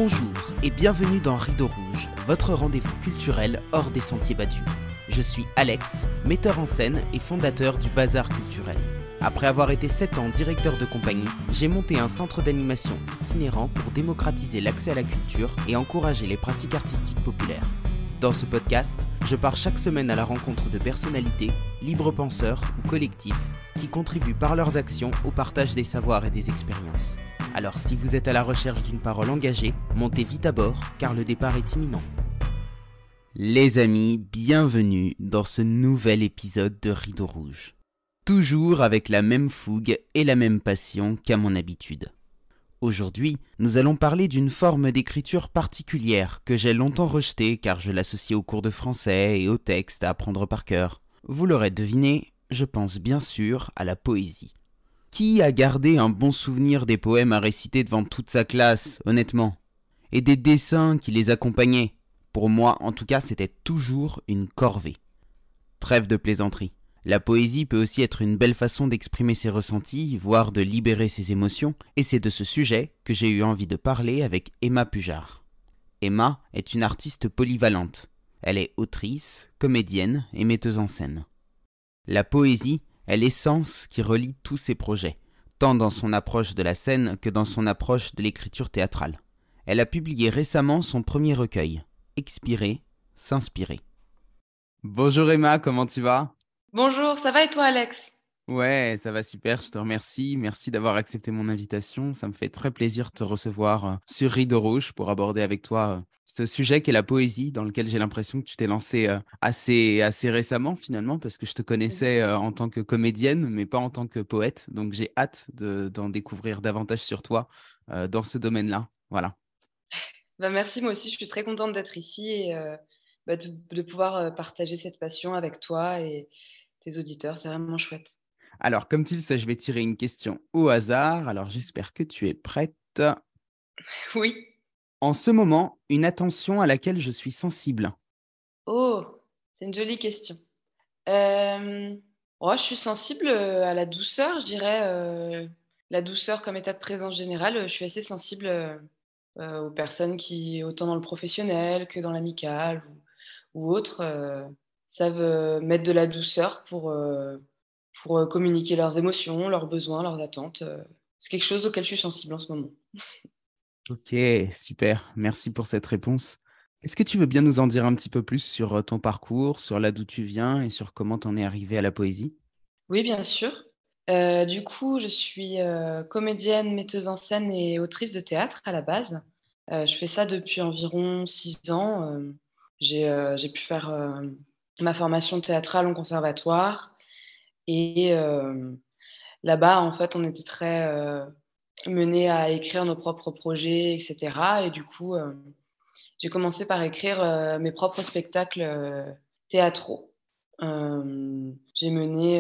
Bonjour et bienvenue dans Rideau Rouge, votre rendez-vous culturel hors des sentiers battus. Je suis Alex, metteur en scène et fondateur du Bazar Culturel. Après avoir été 7 ans directeur de compagnie, j'ai monté un centre d'animation itinérant pour démocratiser l'accès à la culture et encourager les pratiques artistiques populaires. Dans ce podcast, je pars chaque semaine à la rencontre de personnalités, libres penseurs ou collectifs qui contribuent par leurs actions au partage des savoirs et des expériences. Alors si vous êtes à la recherche d'une parole engagée, montez vite à bord car le départ est imminent. Les amis, bienvenue dans ce nouvel épisode de Rideau Rouge. Toujours avec la même fougue et la même passion qu'à mon habitude. Aujourd'hui, nous allons parler d'une forme d'écriture particulière que j'ai longtemps rejetée car je l'associais aux cours de français et aux textes à apprendre par cœur. Vous l'aurez deviné, je pense bien sûr à la poésie. Qui a gardé un bon souvenir des poèmes à réciter devant toute sa classe, honnêtement ? Et des dessins qui les accompagnaient ? Pour moi, en tout cas, c'était toujours une corvée. Trêve de plaisanterie. La poésie peut aussi être une belle façon d'exprimer ses ressentis, voire de libérer ses émotions, et c'est de ce sujet que j'ai eu envie de parler avec Emma Pujard. Emma est une artiste polyvalente. Elle est autrice, comédienne et metteuse en scène. La poésie est l'essence qui relie tous ses projets, tant dans son approche de la scène que dans son approche de l'écriture théâtrale. Elle a publié récemment son premier recueil, Expirer, s'inspirer. Bonjour Emma, comment tu vas ? Bonjour, ça va et toi Alex ? Ouais, ça va super, je te remercie. Merci d'avoir accepté mon invitation. Ça me fait très plaisir de te recevoir sur Rideau Rouge pour aborder avec toi ce sujet qu'est la poésie, dans lequel j'ai l'impression que tu t'es lancée assez récemment finalement, parce que je te connaissais en tant que comédienne, mais pas en tant que poète. Donc j'ai hâte d'en découvrir davantage sur toi dans ce domaine-là. Voilà. Merci, moi aussi je suis très contente d'être ici et de pouvoir partager cette passion avec toi et tes auditeurs, c'est vraiment chouette. Alors, comme tu le sais, je vais tirer une question au hasard. Alors, j'espère que tu es prête. Oui. En ce moment, une attention à laquelle je suis sensible. Oh, c'est une jolie question. Je suis sensible à la douceur, je dirais, la douceur comme état de présence général. Je suis assez sensible aux personnes qui, autant dans le professionnel que dans l'amical ou autre, savent mettre de la douceur pour communiquer leurs émotions, leurs besoins, leurs attentes. C'est quelque chose auquel je suis sensible en ce moment. Ok, super. Merci pour cette réponse. Est-ce que tu veux bien nous en dire un petit peu plus sur ton parcours, sur là d'où tu viens et sur comment t'en es arrivé à la poésie? Oui, bien sûr. Du coup, je suis, comédienne, metteuse en scène et autrice de théâtre à la base. Je fais ça depuis environ 6 ans. J'ai pu faire, ma formation théâtrale en conservatoire et là-bas, en fait, on était très, menés à écrire nos propres projets et cetera et du coup, j'ai commencé par écrire, mes propres spectacles, théâtraux. J'ai mené,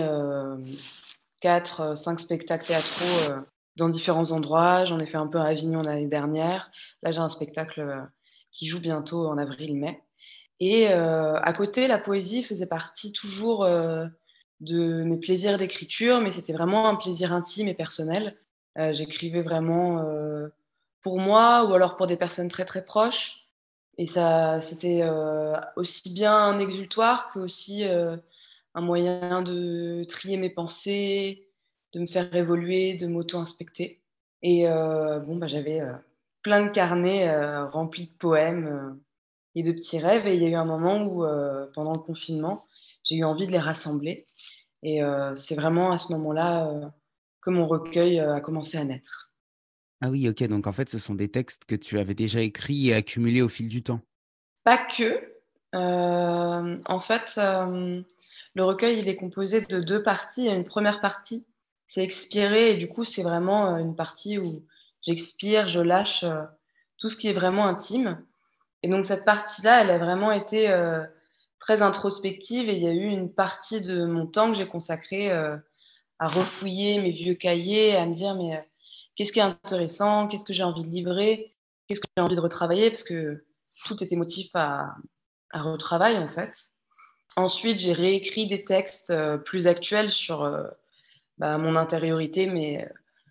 4, 5 spectacles théâtraux, dans différents endroits. J'en ai fait un peu à Avignon l'année dernière. Là, j'ai un spectacle, qui joue bientôt en avril-mai et à côté, la poésie faisait partie toujours, de mes plaisirs d'écriture, mais c'était vraiment un plaisir intime et personnel. J'écrivais vraiment, pour moi ou alors pour des personnes très, très proches et ça c'était, aussi bien un exutoire qu'aussi, un moyen de trier mes pensées, de me faire évoluer, de m'auto-inspecter et j'avais, plein de carnets, remplis de poèmes, et de petits rêves et il y a eu un moment où, pendant le confinement, j'ai eu envie de les rassembler et c'est vraiment à ce moment-là, que mon recueil, a commencé à naître. Ah oui, ok, donc en fait, ce sont des textes que tu avais déjà écrits et accumulés au fil du temps. Pas que, en fait, le recueil, il est composé de 2 parties. Il y a une première partie, c'est expirer et du coup, c'est vraiment, une partie où j'expire, je lâche, tout ce qui est vraiment intime et donc cette partie-là, elle a vraiment été, très introspective et il y a eu une partie de mon temps que j'ai consacré, à refouiller mes vieux cahiers, à me dire: «Mais, qu'est-ce qui est intéressant? Qu'est-ce que j'ai envie de livrer? Qu'est-ce que j'ai envie de retravailler?» parce que tout était motif à retravail, en fait. Ensuite, j'ai réécrit des textes, plus actuels sur, mon intériorité, mais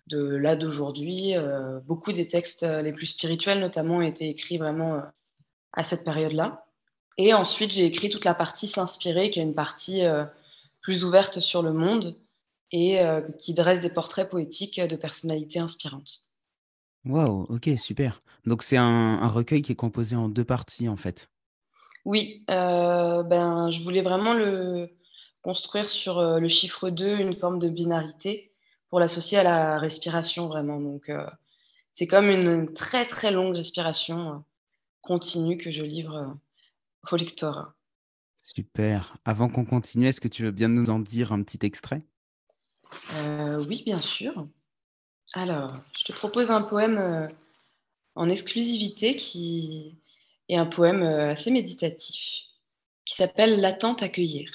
de là d'aujourd'hui. Beaucoup des textes les plus spirituels, notamment, ont été écrits vraiment à cette période-là. Et ensuite, j'ai écrit toute la partie s'inspirer, qui est une partie plus ouverte sur le monde et qui dresse des portraits poétiques de personnalités inspirantes. Waouh, ok, super. Donc c'est un recueil qui est composé en deux parties en fait. Oui, ben, je voulais vraiment le construire sur, le chiffre 2, une forme de binarité pour l'associer à la respiration vraiment. Donc, c'est comme une très, très longue respiration, continue que je livre, au lectorat. Super. Avant qu'on continue, est-ce que tu veux bien nous en dire un petit extrait? Oui, bien sûr. Alors, je te propose un poème, en exclusivité qui est un poème, assez méditatif, qui s'appelle «L'attente accueillir».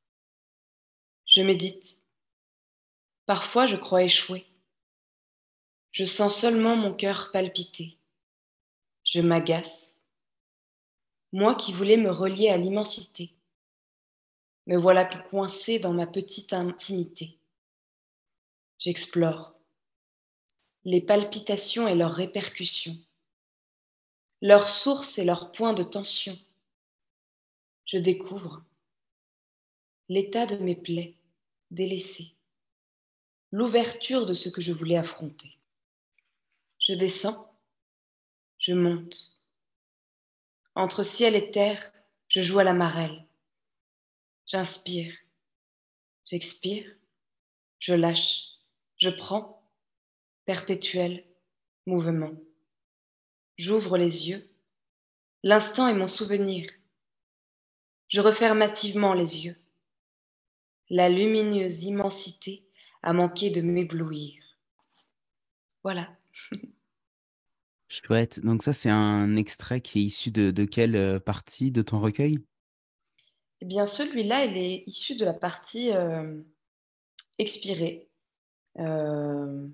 Je médite. Parfois, je crois échouer. Je sens seulement mon cœur palpiter. Je m'agace. Moi qui voulais me relier à l'immensité, me voilà coincée dans ma petite intimité. J'explore les palpitations et leurs répercussions, leurs sources et leurs points de tension. Je découvre l'état de mes plaies délaissées, l'ouverture de ce que je voulais affronter. Je descends, je monte. Entre ciel et terre, je joue à la marelle. J'inspire, j'expire, je lâche, je prends, perpétuel mouvement. J'ouvre les yeux, l'instant est mon souvenir. Je referme hâtivement les yeux. La lumineuse immensité a manqué de m'éblouir. Voilà. Chouette. Donc ça, c'est un extrait qui est issu de quelle partie de ton recueil? Eh bien, celui-là, il est issu de la partie expirée. Euh,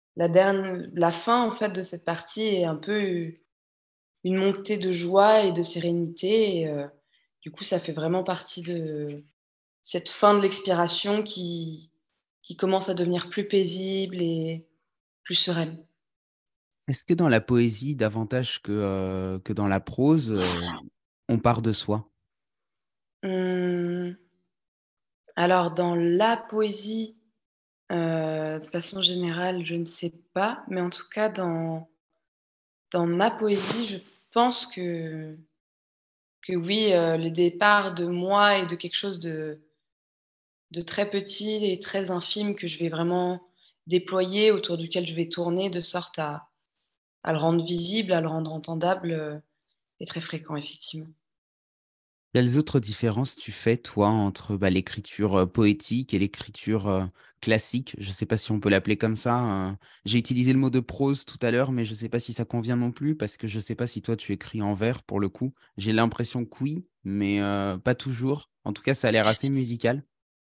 la fin, en fait, de cette partie est un peu une montée de joie et de sérénité. Et, du coup, ça fait vraiment partie de cette fin de l'expiration qui commence à devenir plus paisible et plus sereine. Est-ce que dans la poésie, davantage que dans la prose, on part de soi? Hum, alors, dans la poésie, de façon générale, je ne sais pas, mais en tout cas, dans ma poésie, je pense que oui, le départ de moi et de quelque chose de très petit et très infime que je vais vraiment déployer, autour duquel je vais tourner de sorte à le rendre visible, à le rendre entendable, est très fréquent, effectivement. Quelles autres différences tu fais, toi, entre bah, l'écriture poétique et l'écriture classique? Je ne sais pas si on peut l'appeler comme ça. J'ai utilisé le mot de prose tout à l'heure, mais je ne sais pas si ça convient non plus, parce que je ne sais pas si toi tu écris en vers pour le coup. J'ai l'impression que oui, mais pas toujours. En tout cas, ça a l'air assez musical.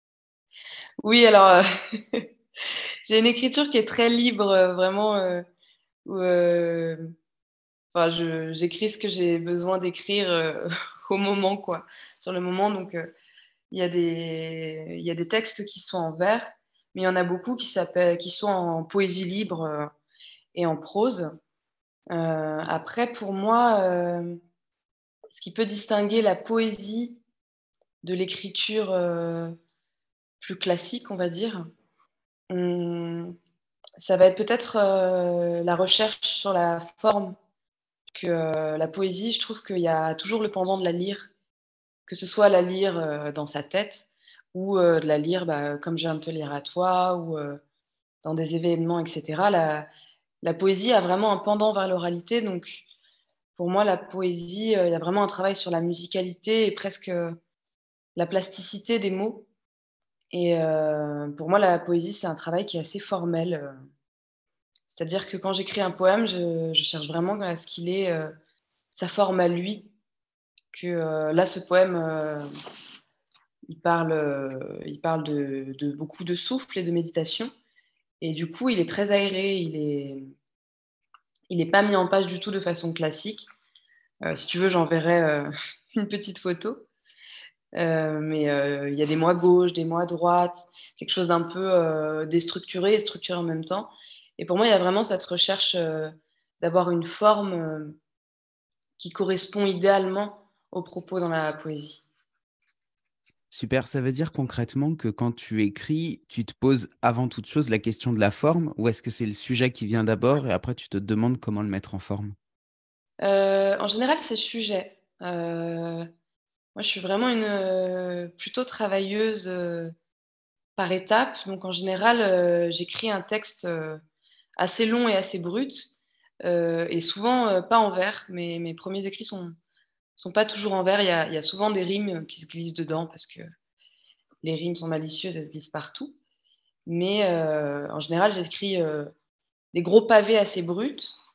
Oui, alors, j'ai une écriture qui est très libre, vraiment, où, enfin, j'écris ce que j'ai besoin d'écrire, au moment, quoi, sur le moment. Donc, il y a des textes qui sont en vers, mais il y en a beaucoup qui sont en poésie libre, et en prose. Après, pour moi, ce qui peut distinguer la poésie de l'écriture, plus classique, on va dire, mmh, ça va être peut-être, la recherche sur la forme. Que, la poésie, je trouve qu'il y a toujours le pendant de la lire, que ce soit la lire, dans sa tête ou, de la lire, bah, comme je viens de te lire à toi ou, dans des événements et cetera. La poésie a vraiment un pendant vers l'oralité, donc pour moi, la poésie, il y a vraiment un travail sur la musicalité et presque, la plasticité des mots. Et pour moi, la poésie, c'est un travail qui est assez formel, c'est-à-dire que quand j'écris un poème, je cherche vraiment à ce qu'il ait, sa forme à lui. Que, là, ce poème, il parle de beaucoup de souffle et de méditation et du coup, il est très aéré, il est pas mis en page du tout de façon classique. Si tu veux, j'enverrai, une petite photo. Mais il y a des mots à gauche, des mots à droite, quelque chose d'un peu, déstructuré et structuré en même temps Et pour moi, il y a vraiment cette recherche d'avoir une forme qui correspond idéalement aux propos dans la poésie. Super, ça veut dire concrètement que quand tu écris, tu te poses avant toute chose la question de la forme ou est-ce que c'est le sujet qui vient d'abord et après tu te demandes comment le mettre en forme? En général, c'est sujet. Moi, je suis vraiment une plutôt travailleuse par étapes. Donc, en général, j'écris un texte assez long et assez brut et souvent pas en vers. Mes premiers écrits sont pas toujours en vers. Il y a souvent des rimes qui se glissent dedans parce que les rimes sont malicieuses, elles se glissent partout. Mais en général, j'écris des gros pavés assez bruts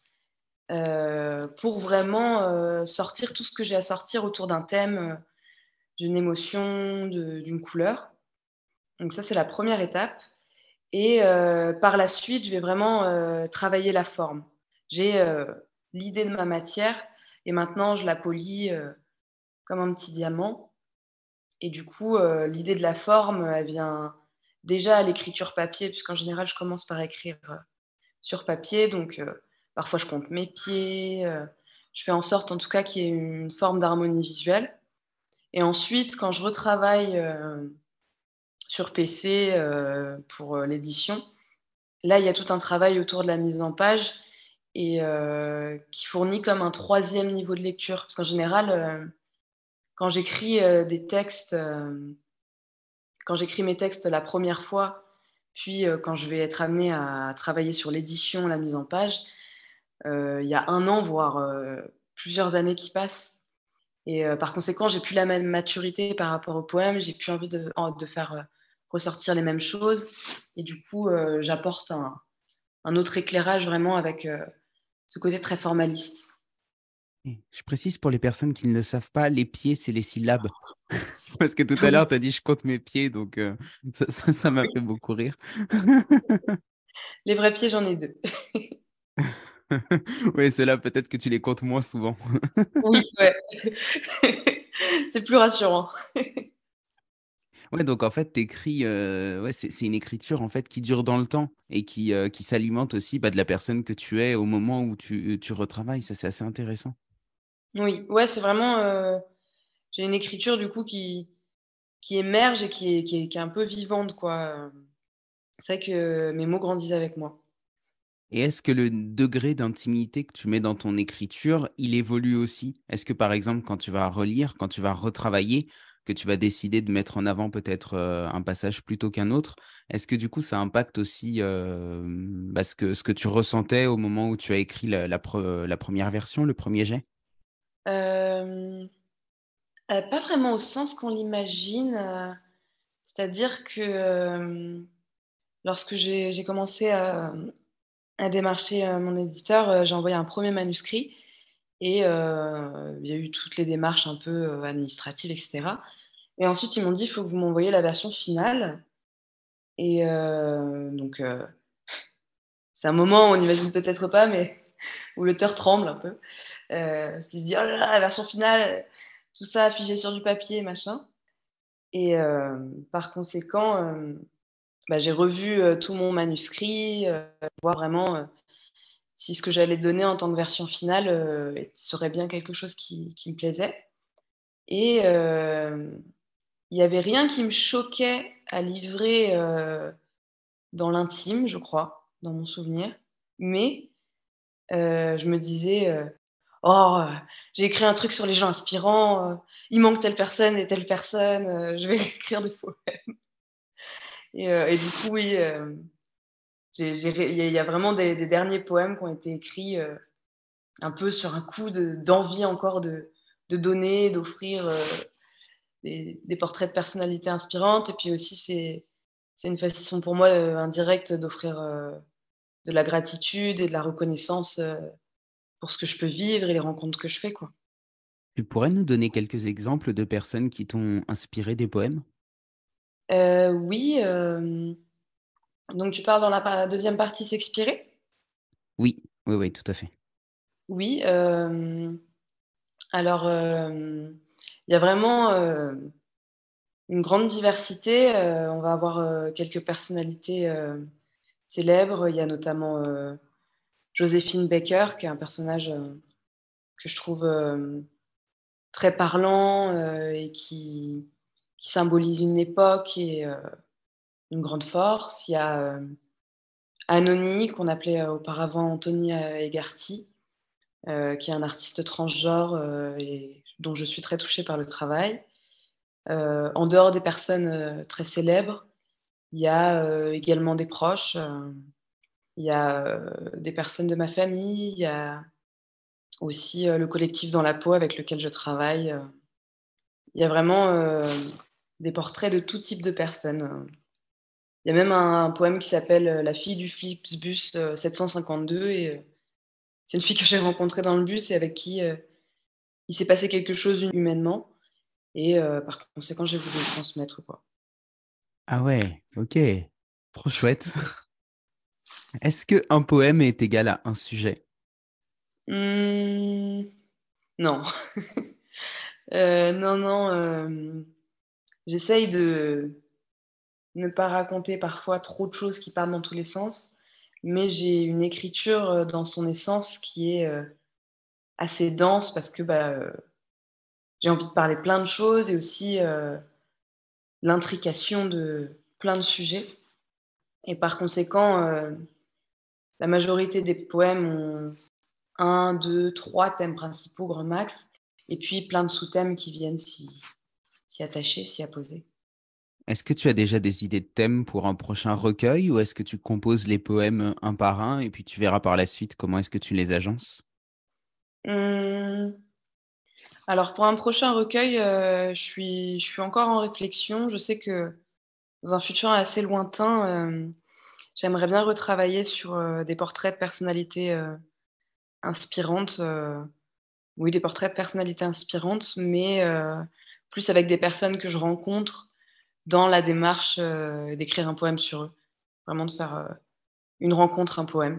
pour vraiment sortir tout ce que j'ai à sortir autour d'un thème, d'une émotion, d'une couleur. Donc ça, c'est la première étape. Et par la suite, je vais vraiment travailler la forme. J'ai l'idée de ma matière et maintenant je la polis comme un petit diamant. Et du coup, l'idée de la forme, elle vient déjà à l'écriture papier, puisqu'en général, je commence par écrire sur papier. Donc, parfois, je compte mes pieds. Je fais en sorte, en tout cas, qu'il y ait une forme d'harmonie visuelle. Et ensuite, quand je retravaille sur PC pour l'édition, là, il y a tout un travail autour de la mise en page et qui fournit comme un troisième niveau de lecture. Parce qu'en général, quand j'écris des textes, quand j'écris mes textes la première fois, puis quand je vais être amenée à travailler sur l'édition, la mise en page, il y a 1 an, voire plusieurs années qui passent. Et par conséquent, j'ai plus la même maturité par rapport au poème. J'ai plus envie de faire ressortir les mêmes choses. Et du coup, j'apporte un autre éclairage vraiment avec ce côté très formaliste. Et je précise pour les personnes qui ne le savent pas, les pieds, c'est les syllabes. Parce que tout à Oui, l'heure, tu as dit: «Je compte mes pieds», donc ça m'a fait beaucoup rire. les vrais pieds, j'en ai 2. Oui, ceux-là, peut-être que tu les comptes moins souvent. Oui, ouais. C'est plus rassurant. Ouais, donc en fait, tu écris, ouais, c'est une écriture, en fait, qui dure dans le temps et qui s'alimente aussi, bah, de la personne que tu es au moment où tu retravailles. Ça, c'est assez intéressant. Oui, ouais, c'est vraiment, j'ai une écriture du coup qui émerge et qui est un peu vivante quoi, c'est vrai que mes mots grandissent avec moi. Et est-ce que le degré d'intimité que tu mets dans ton écriture, il évolue aussi? Est-ce que, par exemple, quand tu vas relire, quand tu vas retravailler, que tu vas décider de mettre en avant peut-être, un passage plutôt qu'un autre, est-ce que du coup ça impacte aussi, bah, ce que tu ressentais au moment où tu as écrit la 1re version, le premier jet? Hem, pas vraiment au sens qu'on l'imagine, c'est-à-dire que, lorsque j'ai commencé à démarcher, mon éditeur, j'ai envoyé un premier manuscrit et il y a eu toutes les démarches un peu, administratives et cetera et ensuite ils m'ont dit: «Il faut que vous m'envoyiez la version finale» et donc c'est un moment, on n'imagine peut-être pas, mais où l'auteur tremble un peu, parce qu'il se dit: «Oh là là, la version finale, tout ça figé sur du papier, machin» et par conséquent, bah, j'ai revu, tout mon manuscrit, voir vraiment, si ce que j'allais donner en tant que version finale, serait bien quelque chose qui me plaisait et il y avait rien qui me choquait à livrer, dans l'intime, je crois, dans mon souvenir, mais je me disais, «Oh, j'ai écrit un truc sur les gens inspirants, il manque telle personne et telle personne, je vais écrire des poèmes» et du coup, oui, j'ai ré il y a vraiment des derniers poèmes qui ont été écrits, un peu sur un coup d'envie encore de donner, d'offrir, des portraits de personnalités inspirantes et puis aussi c'est une façon pour moi, indirecte d'offrir, de la gratitude et de la reconnaissance, pour ce que je peux vivre et les rencontres que je fais, quoi. Tu pourrais nous donner quelques exemples de personnes qui t'ont inspiré des poèmes? Oui, donc tu parles dans la 2e partie «S'expirer»? Oui, oui, oui, tout à fait. Oui, alors, il y a vraiment, une grande diversité, on va avoir, quelques personnalités, célèbres. Il y a notamment Joséphine Baker, qui est un personnage que je trouve très parlant et qui symbolise une époque et une grande force. Il y a Anony, qu'on appelait auparavant Anthony Egarty, qui est un artiste transgenre et dont je suis très touchée par le travail. En dehors des personnes très célèbres, il y a également des proches, il y a des personnes de ma famille, il y a aussi le collectif Dans la peau avec lequel je travaille. Il y a vraiment des portraits de tout type de personnes. Il y a même un poème qui s'appelle La fille du Flixbus 752 et c'est une fille que j'ai rencontrée dans le bus et avec qui il s'est passé quelque chose humainement et par conséquent, j'ai voulu le transmettre, quoi. Ah ouais, ok. Trop chouette. Est-ce que un poème est égal à un sujet? Mmh, non. Non, non, j'essaye de ne pas raconter parfois trop de choses qui partent dans tous les sens, mais j'ai une écriture, dans son essence qui est, assez dense parce que, j'ai envie de parler plein de choses et aussi, l'intrication de plein de sujets et par conséquent, la majorité des poèmes ont 1, 2, 3 thèmes principaux grand max et puis plein de sous-thèmes qui viennent s'y attacher, s'y apposer. Est-ce que tu as déjà des idées de thèmes pour un prochain recueil ou est-ce que tu composes les poèmes un par un et puis tu verras par la suite comment est-ce que tu les agences? Mmh, alors pour un prochain recueil, je suis encore en réflexion. Je sais que dans un futur assez lointain, j'aimerais bien retravailler sur, des portraits de personnalités, inspirantes, oui, des portraits de personnalités inspirantes, mais plus avec des personnes que je rencontre dans la démarche, d'écrire un poème sur eux. Vraiment de faire, une rencontre, un poème.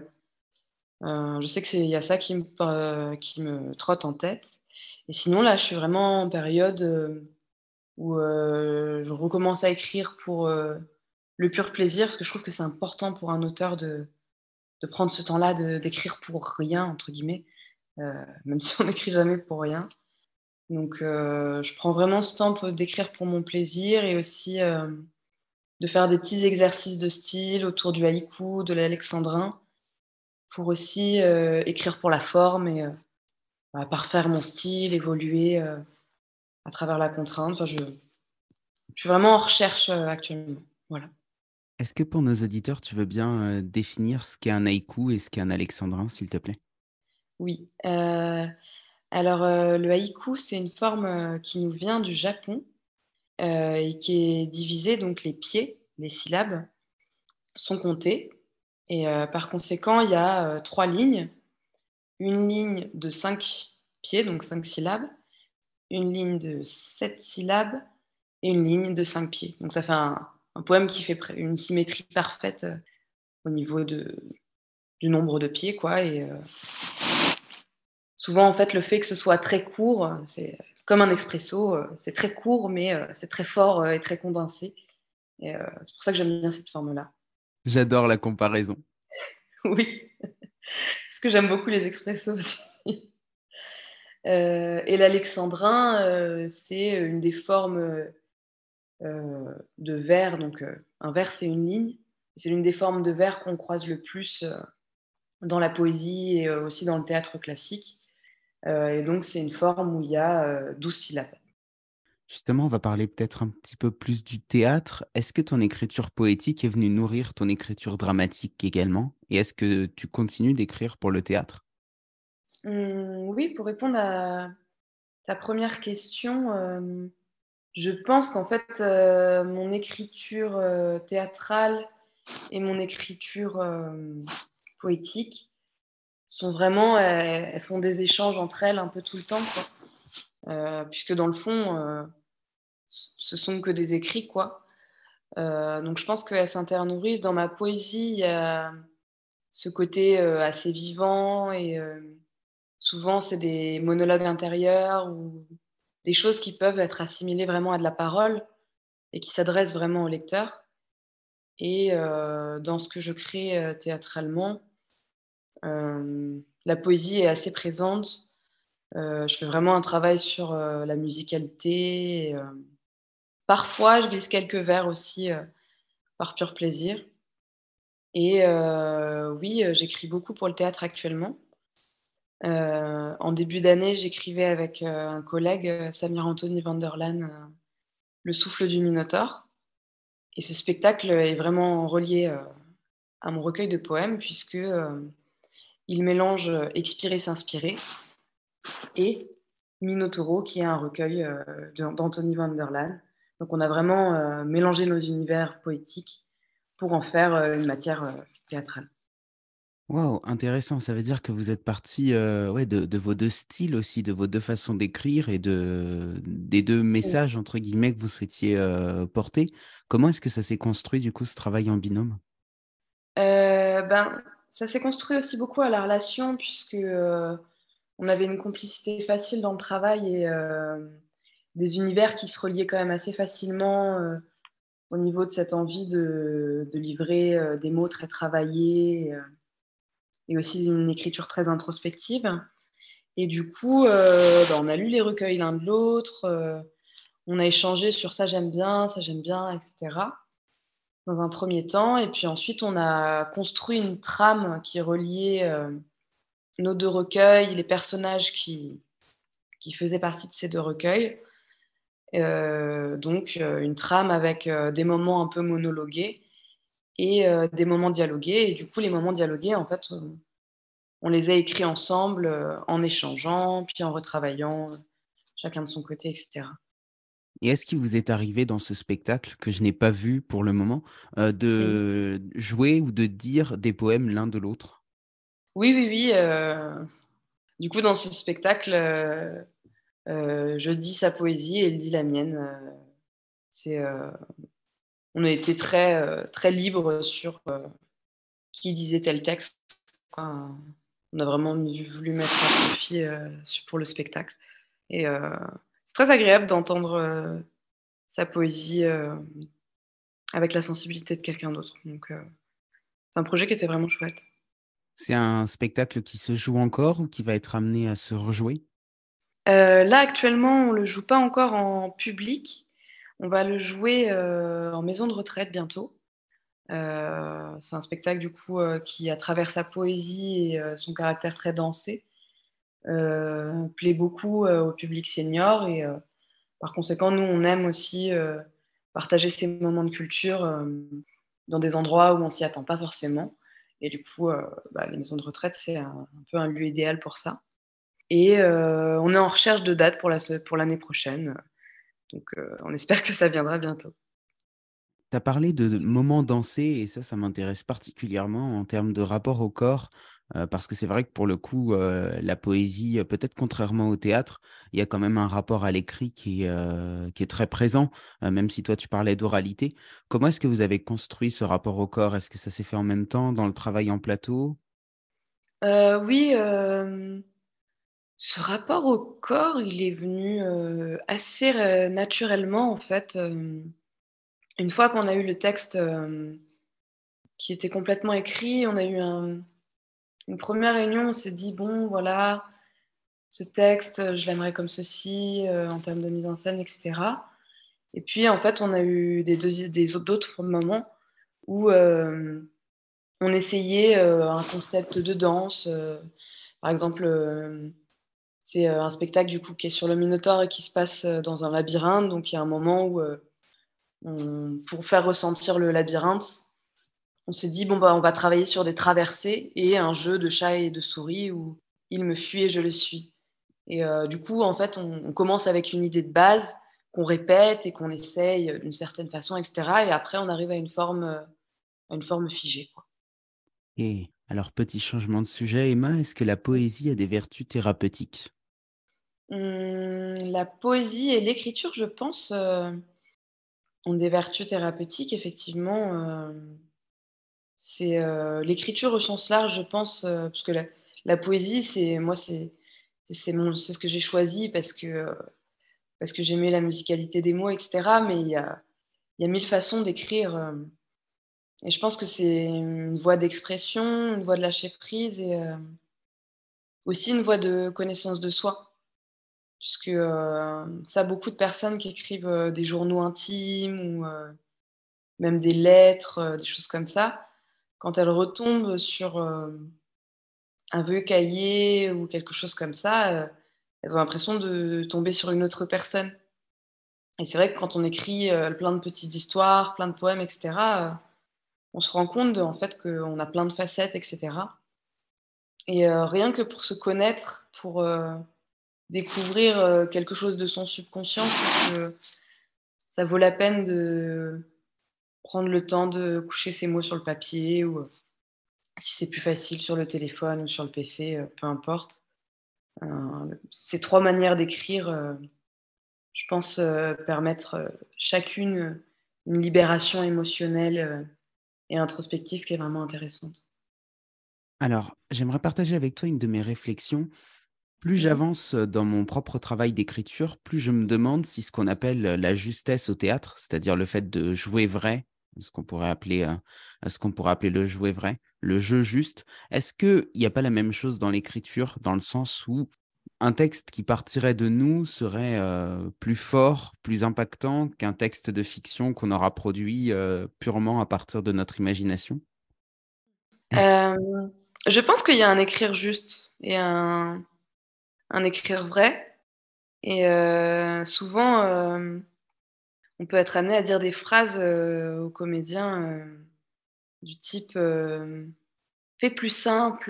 Je sais que c'est il y a ça qui me trotte en tête et sinon là, je suis vraiment en période, où, je recommence à écrire pour, le pur plaisir parce que je trouve que c'est important pour un auteur de prendre ce temps-là d'écrire «pour rien» entre guillemets, même si on n'écrit jamais pour rien. Donc je prends vraiment ce temps d'écrire pour mon plaisir et aussi, de faire des petits exercices de style autour du haïku, de l'alexandrin, pour aussi, écrire pour la forme et parfaire mon style, évoluer, à travers la contrainte. Enfin, je suis vraiment en recherche, actuellement. Voilà. Est-ce que pour nos auditeurs, tu veux bien définir ce qu'est un haïku et ce qu'est un alexandrin, s'il te plaît? Oui, alors, le haïku, c'est une forme, qui nous vient du Japon, et qui est divisée donc les pieds, les syllabes sont comptés et par conséquent, il y a, 3 lignes. Une ligne de 5 pieds, donc 5 syllabes, une ligne de 7 syllabes et une ligne de 5 pieds. Donc ça fait un poème qui fait une symétrie parfaite, au niveau du nombre de pieds, quoi et souvent, en fait, le fait que ce soit très court, c'est comme un expresso, c'est très court mais c'est très fort, et très condensé et c'est pour ça que j'aime bien cette forme-là. J'adore la comparaison. Oui, parce que j'aime beaucoup les expressos aussi. Et l'alexandrin, c'est une des formes, de vers, donc un vers, c'est une ligne. C'est l'une des formes de vers qu'on croise le plus, dans la poésie et aussi dans le théâtre classique. Et donc c'est une forme où il y a, 12 syllabes. Justement, on va parler peut-être un petit peu plus du théâtre. Est-ce que ton écriture poétique est venue nourrir ton écriture dramatique également? Et est-ce que tu continues d'écrire pour le théâtre? Oui, pour répondre à ta première question, je pense qu'en fait, mon écriture, théâtrale et mon écriture, poétique sont vraiment elles font des échanges entre elles un peu tout le temps, quoi. Puisque dans le fond, ce sont que des écrits, quoi. Donc je pense qu'elles s'internourrissent. Dans ma poésie, il y a ce côté, assez vivant et souvent c'est des monologues intérieurs ou des choses qui peuvent être assimilées vraiment à de la parole et qui s'adressent vraiment au lecteur. Et dans ce que je crée, théâtralement, la poésie est assez présente. Je fais vraiment un travail sur, la musicalité et parfois je glisse quelques vers aussi, par pur plaisir et oui, j'écris beaucoup pour le théâtre actuellement. En début d'année, j'écrivais avec, un collègue, Samir Anthony van der Laan, Le souffle du Minotaure et ce spectacle est vraiment relié, à mon recueil de poèmes puisque, il mélange, Expirer, s'inspirer et Minotauro qui est un recueil, d'Anthony van der Laan. Donc on a vraiment, mélangé nos univers poétiques pour en faire, une matière, théâtrale. Waouh, intéressant. Ça veut dire que vous êtes partis, ouais, de vos 2 styles aussi, de vos 2 façons d'écrire et des 2 Mmh. «messages» entre guillemets que vous souhaitiez, porter. Comment est-ce que ça s'est construit du coup ce travail en binôme? Ben, ça s'est construit aussi beaucoup à la relation puisque, on avait une complicité facile dans le travail et des univers qui se reliaient quand même assez facilement, au niveau de cette envie de livrer, des mots très travaillés, et aussi une écriture très introspective et du coup, bah, on a lu les recueils l'un de l'autre, on a échangé sur ça j'aime bien et cetera, dans un premier temps et puis ensuite on a construit une trame qui reliait, nos 2 recueils, les personnages qui faisaient partie de ces 2 recueils. Donc une trame avec, des moments un peu monologués et des moments dialogués et du coup, les moments dialogués, en fait, on les a écrits ensemble, en échangeant, puis en retravaillant, chacun de son côté et cetera. Et est-ce qu'il vous est arrivé dans ce spectacle, que je n'ai pas vu pour le moment, Mmh. de jouer ou de dire des poèmes l'un de l'autre? Oui, oui, oui, du coup, dans ce spectacle, je dis sa poésie et il dit la mienne, c'est, on a été très libres sur, qui disait tel texte. Enfin, on a vraiment voulu mettre à profit, pour le spectacle et c'est très agréable d'entendre, sa poésie, avec la sensibilité de quelqu'un d'autre donc c'est un projet qui était vraiment chouette. C'est un spectacle qui se joue encore ou qui va être amené à se rejouer? Là, actuellement, on le joue pas encore en public. On va le jouer, en maison de retraite bientôt. C'est un spectacle du coup, qui à travers sa poésie et son caractère très dansé, plaît beaucoup, au public senior et par conséquent, nous, on aime aussi, partager ces moments de culture, dans des endroits où on s'y attend pas forcément et du coup, bah, les maisons de retraite, c'est un peu un lieu idéal pour ça et on est en recherche de dates pour l'année prochaine, donc on espère que ça viendra bientôt. Tu as parlé de moments dansés et ça m'intéresse particulièrement en termes de rapport au corps, parce que c'est vrai que pour le coup, la poésie, peut-être contrairement au théâtre, il y a quand même un rapport à l'écrit qui est très présent, même si toi tu parlais d'oralité. Comment est-ce que vous avez construit ce rapport au corps? Est-ce que ça s'est fait en même temps dans le travail en plateau? Oui, ce rapport au corps, il est venu, assez naturellement en fait, une fois qu'on a eu le texte, qui était complètement écrit, on a eu une première réunion, on s'est dit: «Bon voilà, ce texte, je l'aimerais comme ceci, en termes de mise en scène et cetera» et puis en fait, on a eu d'autres moments où, on essayait, un concept de danse, par exemple, c'est, un spectacle du coup qui est sur le Minotaure et qui se passe, dans un labyrinthe, donc il y a un moment où, on pour faire ressentir le labyrinthe, on s'est dit: «Bon, bah, on va travailler sur des traversées et un jeu de chat et de souris où il me fuit et je le suis» et du coup, en fait, on commence avec une idée de base qu'on répète et qu'on essaye, d'une certaine façon et cetera et après on arrive à une forme figée, quoi. Et alors petit changement de sujet, Emma, est-ce que la poésie a des vertus thérapeutiques? La poésie et l'écriture, je pense, ont des vertus thérapeutiques effectivement, c'est, l'écriture au sens large, je pense, parce que la poésie, c'est moi, c'est ce que j'ai choisi parce que j'aimais la musicalité des mots et cetera, mais il y a 1000 façons d'écrire, Et je pense que c'est une voie d'expression, une voie de lâcher prise et aussi une voie de connaissance de soi. Puisque, ça, beaucoup de personnes qui écrivent, des journaux intimes ou même des lettres, des choses comme ça, quand elles retombent sur, un vieux cahier ou quelque chose comme ça, elles ont l'impression de tomber sur une autre personne. Et c'est vrai que quand on écrit, plein de petites histoires, plein de poèmes et cetera, on se rend compte en fait qu'on a plein de facettes et cetera. Et rien que pour se connaître, pour, découvrir, quelque chose de son subconscient, je pense que ça vaut la peine de prendre le temps de coucher ses mots sur le papier ou, si c'est plus facile sur le téléphone ou sur le PC, peu importe. Ces 3 manières d'écrire, je pense, permettre, chacune, une libération émotionnelle, et introspective qui est vraiment intéressante. Alors, j'aimerais partager avec toi une de mes réflexions. Plus Mmh mh. j'avance dans mon propre travail d'écriture, plus je me demande si ce qu'on appelle la justesse au théâtre, c'est-à-dire le fait de jouer vrai, ce qu'on pourrait appeler, ce qu'on pourrait appeler le jouer vrai, le jeu juste. Est-ce qu'il n'y a pas la même chose dans l'écriture, dans le sens où un texte qui partirait de nous serait plus fort, plus impactant qu'un texte de fiction qu'on aura produit purement à partir de notre imagination? Je pense qu'il y a un écrire juste et un écrire vrai et souvent, on peut être amené à dire des phrases, aux comédiens, du type, «Fais plus simple,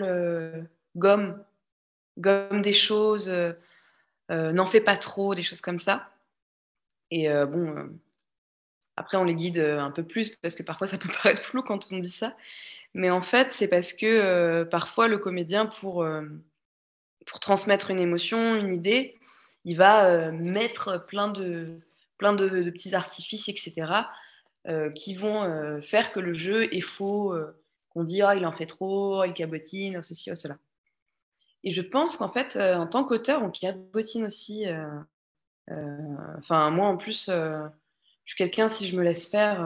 gomme des choses, n'en fais pas trop», des choses comme ça et bon, après on les guide, un peu plus parce que parfois ça peut paraître flou quand on dit ça. Mais en fait, c'est parce que, parfois le comédien pour transmettre une émotion, une idée, il va, mettre plein de petits artifices et cetera, qui vont, faire que le jeu est faux, qu'on dit: «Ah, il en fait trop, il cabotine, oh ceci, oh cela» et je pense qu'en fait, en tant qu'auteur, on cabotine aussi, enfin moi en plus, je suis quelqu'un si je me laisse faire,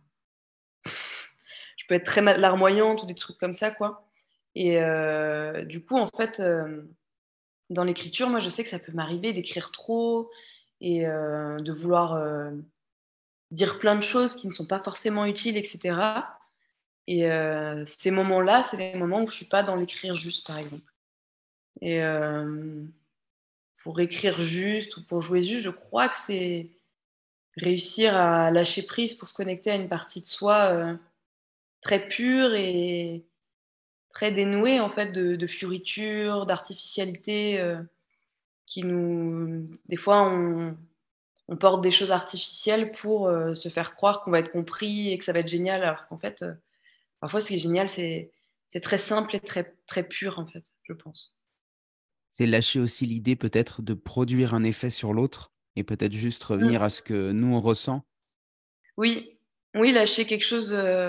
je peux être très mal larmoyante ou des trucs comme ça quoi et du coup en fait, dans l'écriture, moi je sais que ça peut m'arriver d'écrire trop et de vouloir, dire plein de choses qui ne sont pas forcément utiles et cetera et ces moments-là, c'est les moments où je suis pas dans l'écrire juste, par exemple et pour écrire juste ou pour jouer juste, je crois que c'est réussir à lâcher prise pour se connecter à une partie de soi, très pure et très dénouée en fait de fioriture, d'artificialité, qui nous des fois on porte des choses artificielles pour, se faire croire qu'on va être compris et que ça va être génial alors qu'en fait, parfois ce qui est génial c'est très simple et très très pur en fait, je pense. C'est lâcher aussi l'idée peut-être de produire un effet sur l'autre et peut-être juste revenir Mmh. à ce que nous on ressent? Oui, oui, lâcher quelque chose,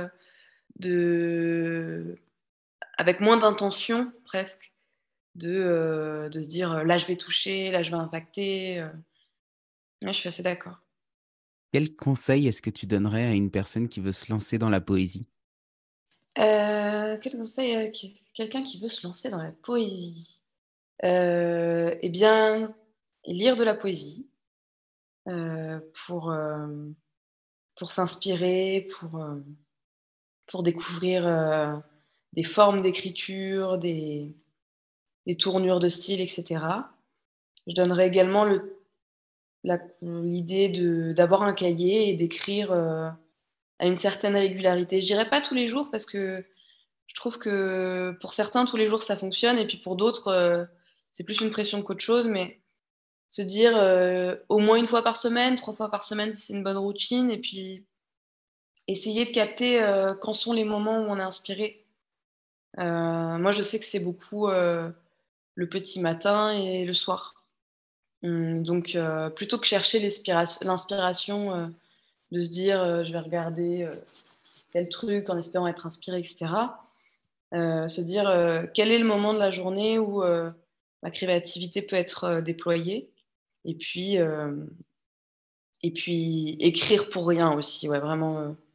de avec moins d'intention presque, de se dire, «Là je vais toucher, là je vais impacter», ouais, je suis assez d'accord. Quel conseil est-ce que tu donnerais à une personne qui veut se lancer dans la poésie? Quel conseil à quelqu'un qui veut se lancer dans la poésie? Et bien, lire de la poésie, pour s'inspirer, pour découvrir, des formes d'écriture, des tournures de style et cetera. Je donnerais également l'idée d'avoir un cahier et d'écrire, à une certaine régularité. Je dirais pas tous les jours parce que je trouve que pour certains, tous les jours, ça fonctionne et puis pour d'autres, c'est plus une pression qu'autre chose, mais se dire, au moins une fois par semaine, 3 fois par semaine si c'est une bonne routine et puis essayer de capter, quand sont les moments où on est inspiré. Moi, je sais que c'est beaucoup, le petit matin et le soir. Donc plutôt que chercher l'inspiration, de se dire, «Je vais regarder, tel truc en espérant être inspiré» et cetera. Se dire, «Quel est le moment de la journée où, ma créativité peut être, déployée?» et puis, hem et puis écrire pour rien aussi, ouais, vraiment,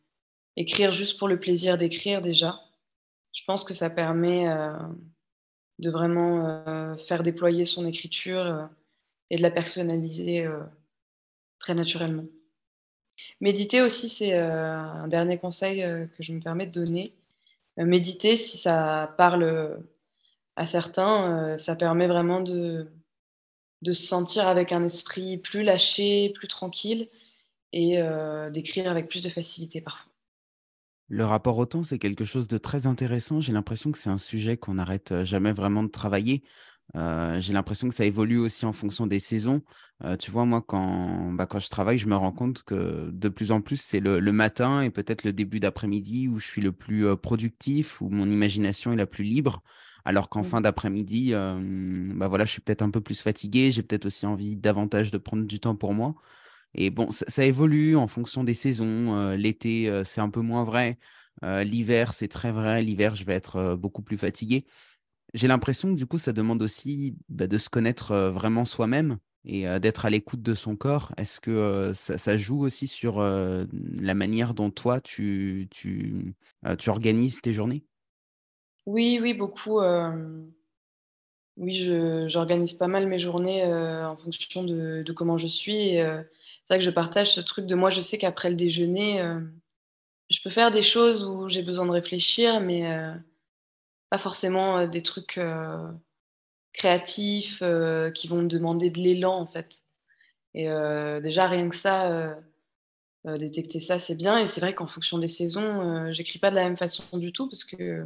écrire juste pour le plaisir d'écrire déjà. Je pense que ça permet, de vraiment, faire déployer son écriture, et de la personnaliser, très naturellement. Méditer aussi, c'est, un dernier conseil, que je me permets de donner. Méditer, si ça parle, à certains, ça permet vraiment de se sentir avec un esprit plus lâché, plus tranquille et d'écrire avec plus de facilité parfois. Le rapport au temps, c'est quelque chose de très intéressant. J'ai l'impression que c'est un sujet qu'on n'arrête jamais vraiment de travailler. J'ai l'impression que ça évolue aussi en fonction des saisons. Tu vois, moi, quand je travaille, je me rends compte que de plus en plus, c'est le matin et peut-être le début d'après-midi où je suis le plus productif, où mon imagination est la plus libre. Alors qu'en Mmh. fin d'après-midi, voilà, je suis peut-être un peu plus fatigué. J'ai peut-être aussi envie davantage de prendre du temps pour moi. Et bon, ça évolue en fonction des saisons. L'été, c'est un peu moins vrai. L'hiver, c'est très vrai. L'hiver, je vais être beaucoup plus fatigué. J'ai l'impression que du coup, ça demande aussi de se connaître vraiment soi-même et d'être à l'écoute de son corps. Est-ce que ça joue aussi sur la manière dont toi, tu organises tes journées? Oui, oui, beaucoup, oui, je j'organise pas mal mes journées, en fonction de comment je suis et c'est vrai que je partage ce truc de moi, je sais qu'après le déjeuner, je peux faire des choses où j'ai besoin de réfléchir, mais pas forcément, des trucs, créatifs, qui vont me demander de l'élan, en fait et déjà rien que ça, détecter ça, c'est bien et c'est vrai qu'en fonction des saisons, j'écris pas de la même façon du tout parce que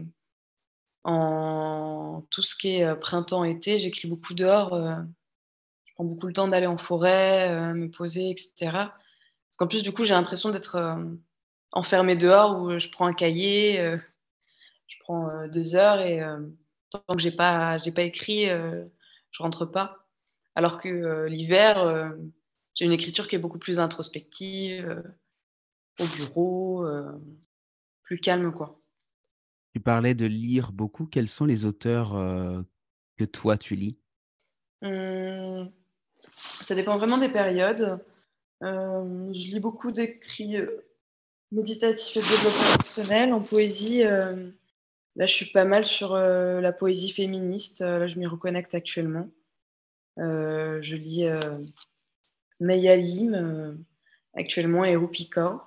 en tout ce qui est, printemps-été, j'écris beaucoup dehors, je prends beaucoup le temps d'aller en forêt, me poser et cetera. Parce qu'en plus, du coup, j'ai l'impression d'être, enfermée dehors où, je prends un cahier, je prends, 2 heures et tant que j'ai pas écrit, je rentre pas. Alors que, l'hiver, j'ai une écriture qui est beaucoup plus introspective, au bureau, plus calme, quoi. Tu parlais de lire beaucoup. Quels sont les auteurs que toi, tu lis? Mmh, ça dépend vraiment des périodes. Je lis beaucoup d'écrits, méditatifs et de développement personnel. En poésie, là, je suis pas mal sur, la poésie féministe, là, je m'y reconnecte actuellement. Je lis, May Halim, actuellement et Rupi Kaur.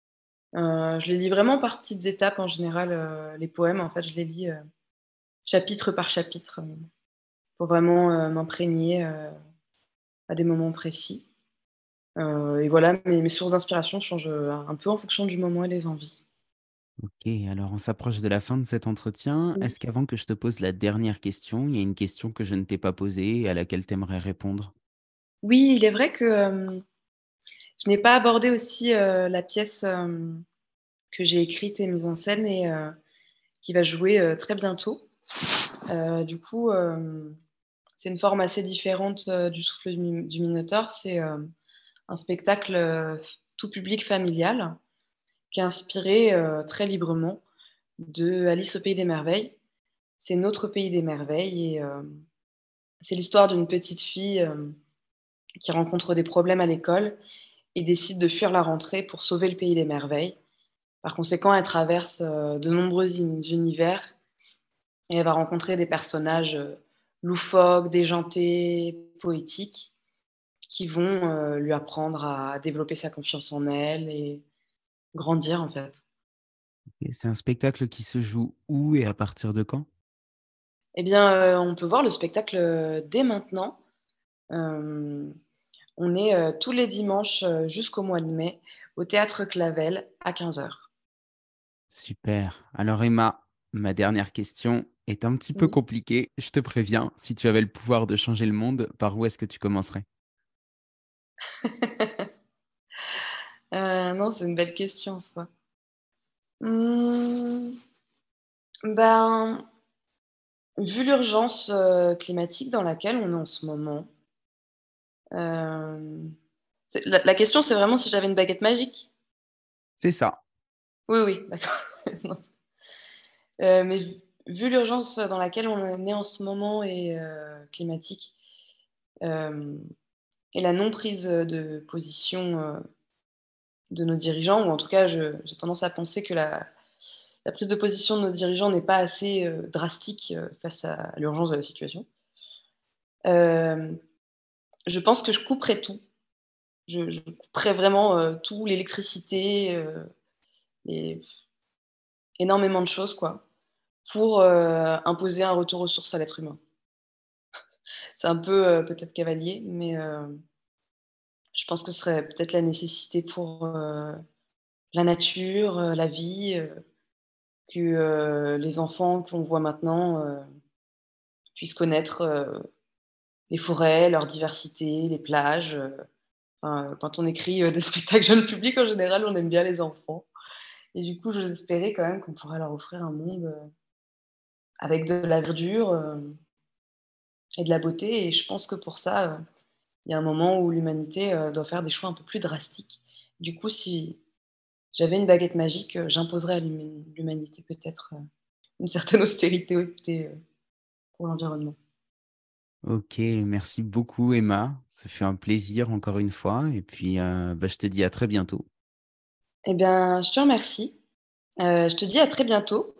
Je les lis vraiment par petites étapes en général, les poèmes, en fait, je les lis, chapitre par chapitre, pour vraiment, m'imprégner, à des moments précis. Et voilà, mes sources d'inspiration changent, un peu en fonction du moment et des envies. Ok, alors on s'approche de la fin de cet entretien. Mmh. Est-ce qu'avant que je te pose la dernière question, il y a une question que je ne t'ai pas posée et à laquelle tu aimerais répondre? Oui, il est vrai que, je n'ai pas abordé aussi, la pièce, que j'ai écrite et mise en scène et qui va jouer, très bientôt. Du coup, c'est une forme assez différente, du Souffle du Minotaure. C'est, un spectacle, tout public familial qui est inspiré, très librement de Alice au pays des merveilles. C'est Notre pays des merveilles et c'est l'histoire d'une petite fille, qui rencontre des problèmes à l'école et décide de fuir la rentrée pour sauver le pays des merveilles. Par conséquent, elle traverse, de nombreux univers et elle va rencontrer des personnages, loufoques, déjantés, poétiques qui vont, lui apprendre à développer sa confiance en elle et grandir, en fait. Et c'est un spectacle qui se joue où et à partir de quand? Eh bien, on peut voir le spectacle, dès maintenant. Hem, on est, tous les dimanches, jusqu'au mois de mai au théâtre Clavel à 15 heures. Super. Alors Emma, ma dernière question est un petit peu Oui. compliquée. Je te préviens, si tu avais le pouvoir de changer le monde, par où est-ce que tu commencerais? Non, c'est une belle question ça. Mmh, ben, vu l'urgence, climatique dans laquelle on est en ce moment, hem, c'est la question, c'est vraiment si j'avais une baguette magique? C'est ça. Oui, oui, d'accord. Non, mais vu l'urgence dans laquelle on est en ce moment et climatique, hem et la non prise, de position, de nos dirigeants, ou en tout cas, j'ai tendance à penser que la prise de position de nos dirigeants n'est pas assez drastique face à l'urgence de la situation. Euh, je pense que je couperais tout. Je couperais vraiment tout, l'électricité, et énormément de choses, quoi, pour imposer un retour aux sources à l'être humain. C'est un peu peut-être cavalier, mais je pense que ce serait peut-être la nécessité pour la nature, la vie, que les enfants qu'on voit maintenant puissent connaître les forêts, leur diversité, les plages. Enfin, quand on écrit des spectacles jeunes publics, en général, on aime bien les enfants. Et du coup, j'ose espérer quand même qu'on pourrait leur offrir un monde avec de la verdure et de la beauté. Et je pense que pour ça, il y a un moment où l'humanité doit faire des choix un peu plus drastiques. Du coup, si j'avais une baguette magique, j'imposerais à l'humanité peut-être une certaine austérité pour l'environnement. Ok, merci beaucoup Emma. Ça fait un plaisir encore une fois. Et puis, je te dis à très bientôt. Eh bien, je te remercie. Je te dis à très bientôt.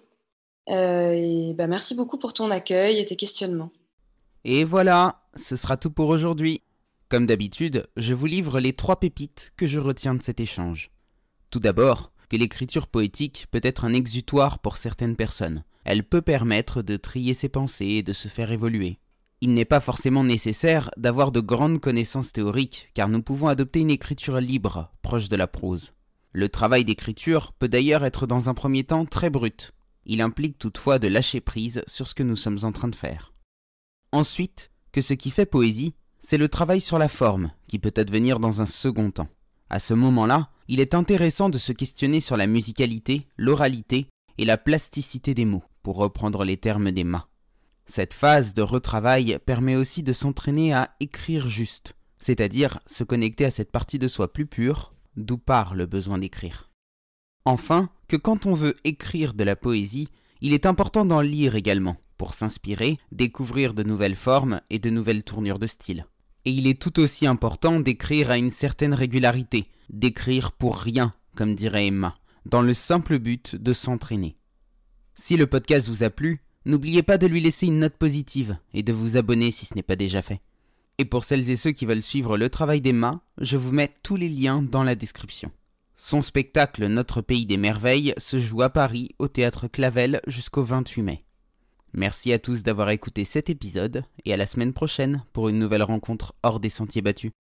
Et bah, merci beaucoup pour ton accueil et tes questionnements. Et voilà, ce sera tout pour aujourd'hui. Comme d'habitude, je vous livre les 3 pépites que je retiens de cet échange. Tout d'abord, que l'écriture poétique peut être un exutoire pour certaines personnes. Elle peut permettre de trier ses pensées et de se faire évoluer. Il n'est pas forcément nécessaire d'avoir de grandes connaissances théoriques, car nous pouvons adopter une écriture libre, proche de la prose. Le travail d'écriture peut d'ailleurs être dans un premier temps très brut. Il implique toutefois de lâcher prise sur ce que nous sommes en train de faire. Ensuite, que ce qui fait poésie, c'est le travail sur la forme, qui peut advenir dans un second temps. À ce moment-là, il est intéressant de se questionner sur la musicalité, l'oralité et la plasticité des mots, pour reprendre les termes d'Emma. Cette phase de retravail permet aussi de s'entraîner à écrire juste, c'est-à-dire se connecter à cette partie de soi plus pure, d'où part le besoin d'écrire. Enfin, que quand on veut écrire de la poésie, il est important d'en lire également, pour s'inspirer, découvrir de nouvelles formes et de nouvelles tournures de style. Et il est tout aussi important d'écrire à une certaine régularité, d'écrire pour rien, comme dirait Emma, dans le simple but de s'entraîner. Si le podcast vous a plu, n'oubliez pas de lui laisser une note positive et de vous abonner si ce n'est pas déjà fait. Et pour celles et ceux qui veulent suivre le travail d'Emma, je vous mets tous les liens dans la description. Son spectacle Notre Pays des Merveilles se joue à Paris au Théâtre Clavel jusqu'au 28 mai. Merci à tous d'avoir écouté cet épisode et à la semaine prochaine pour une nouvelle rencontre hors des sentiers battus.